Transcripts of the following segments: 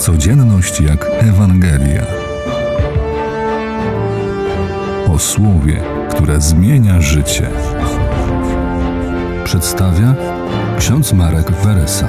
Codzienność jak Ewangelia. O słowie, które zmienia życie. Przedstawia ksiądz Marek Weresa.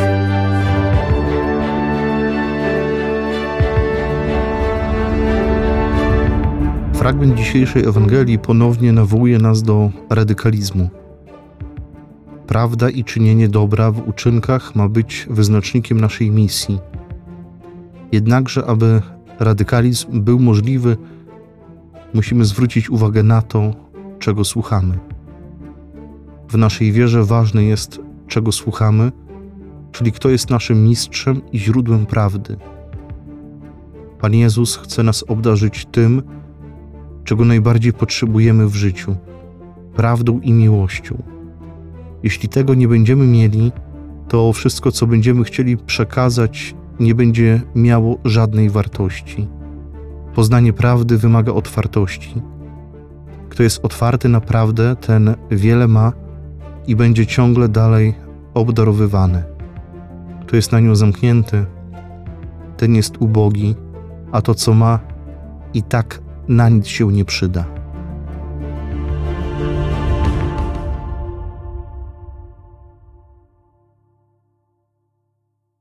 Fragment dzisiejszej Ewangelii ponownie nawołuje nas do radykalizmu. Prawda i czynienie dobra w uczynkach ma być wyznacznikiem naszej misji. Jednakże, aby radykalizm był możliwy, musimy zwrócić uwagę na to, czego słuchamy. W naszej wierze ważne jest, czego słuchamy, czyli kto jest naszym mistrzem i źródłem prawdy. Pan Jezus chce nas obdarzyć tym, czego najbardziej potrzebujemy w życiu – prawdą i miłością. Jeśli tego nie będziemy mieli, to wszystko, co będziemy chcieli przekazać, nie będzie miało żadnej wartości. Poznanie prawdy wymaga otwartości. Kto jest otwarty na prawdę, ten wiele ma i będzie ciągle dalej obdarowywany. Kto jest na nią zamknięty, ten jest ubogi, a to, co ma, i tak na nic się nie przyda.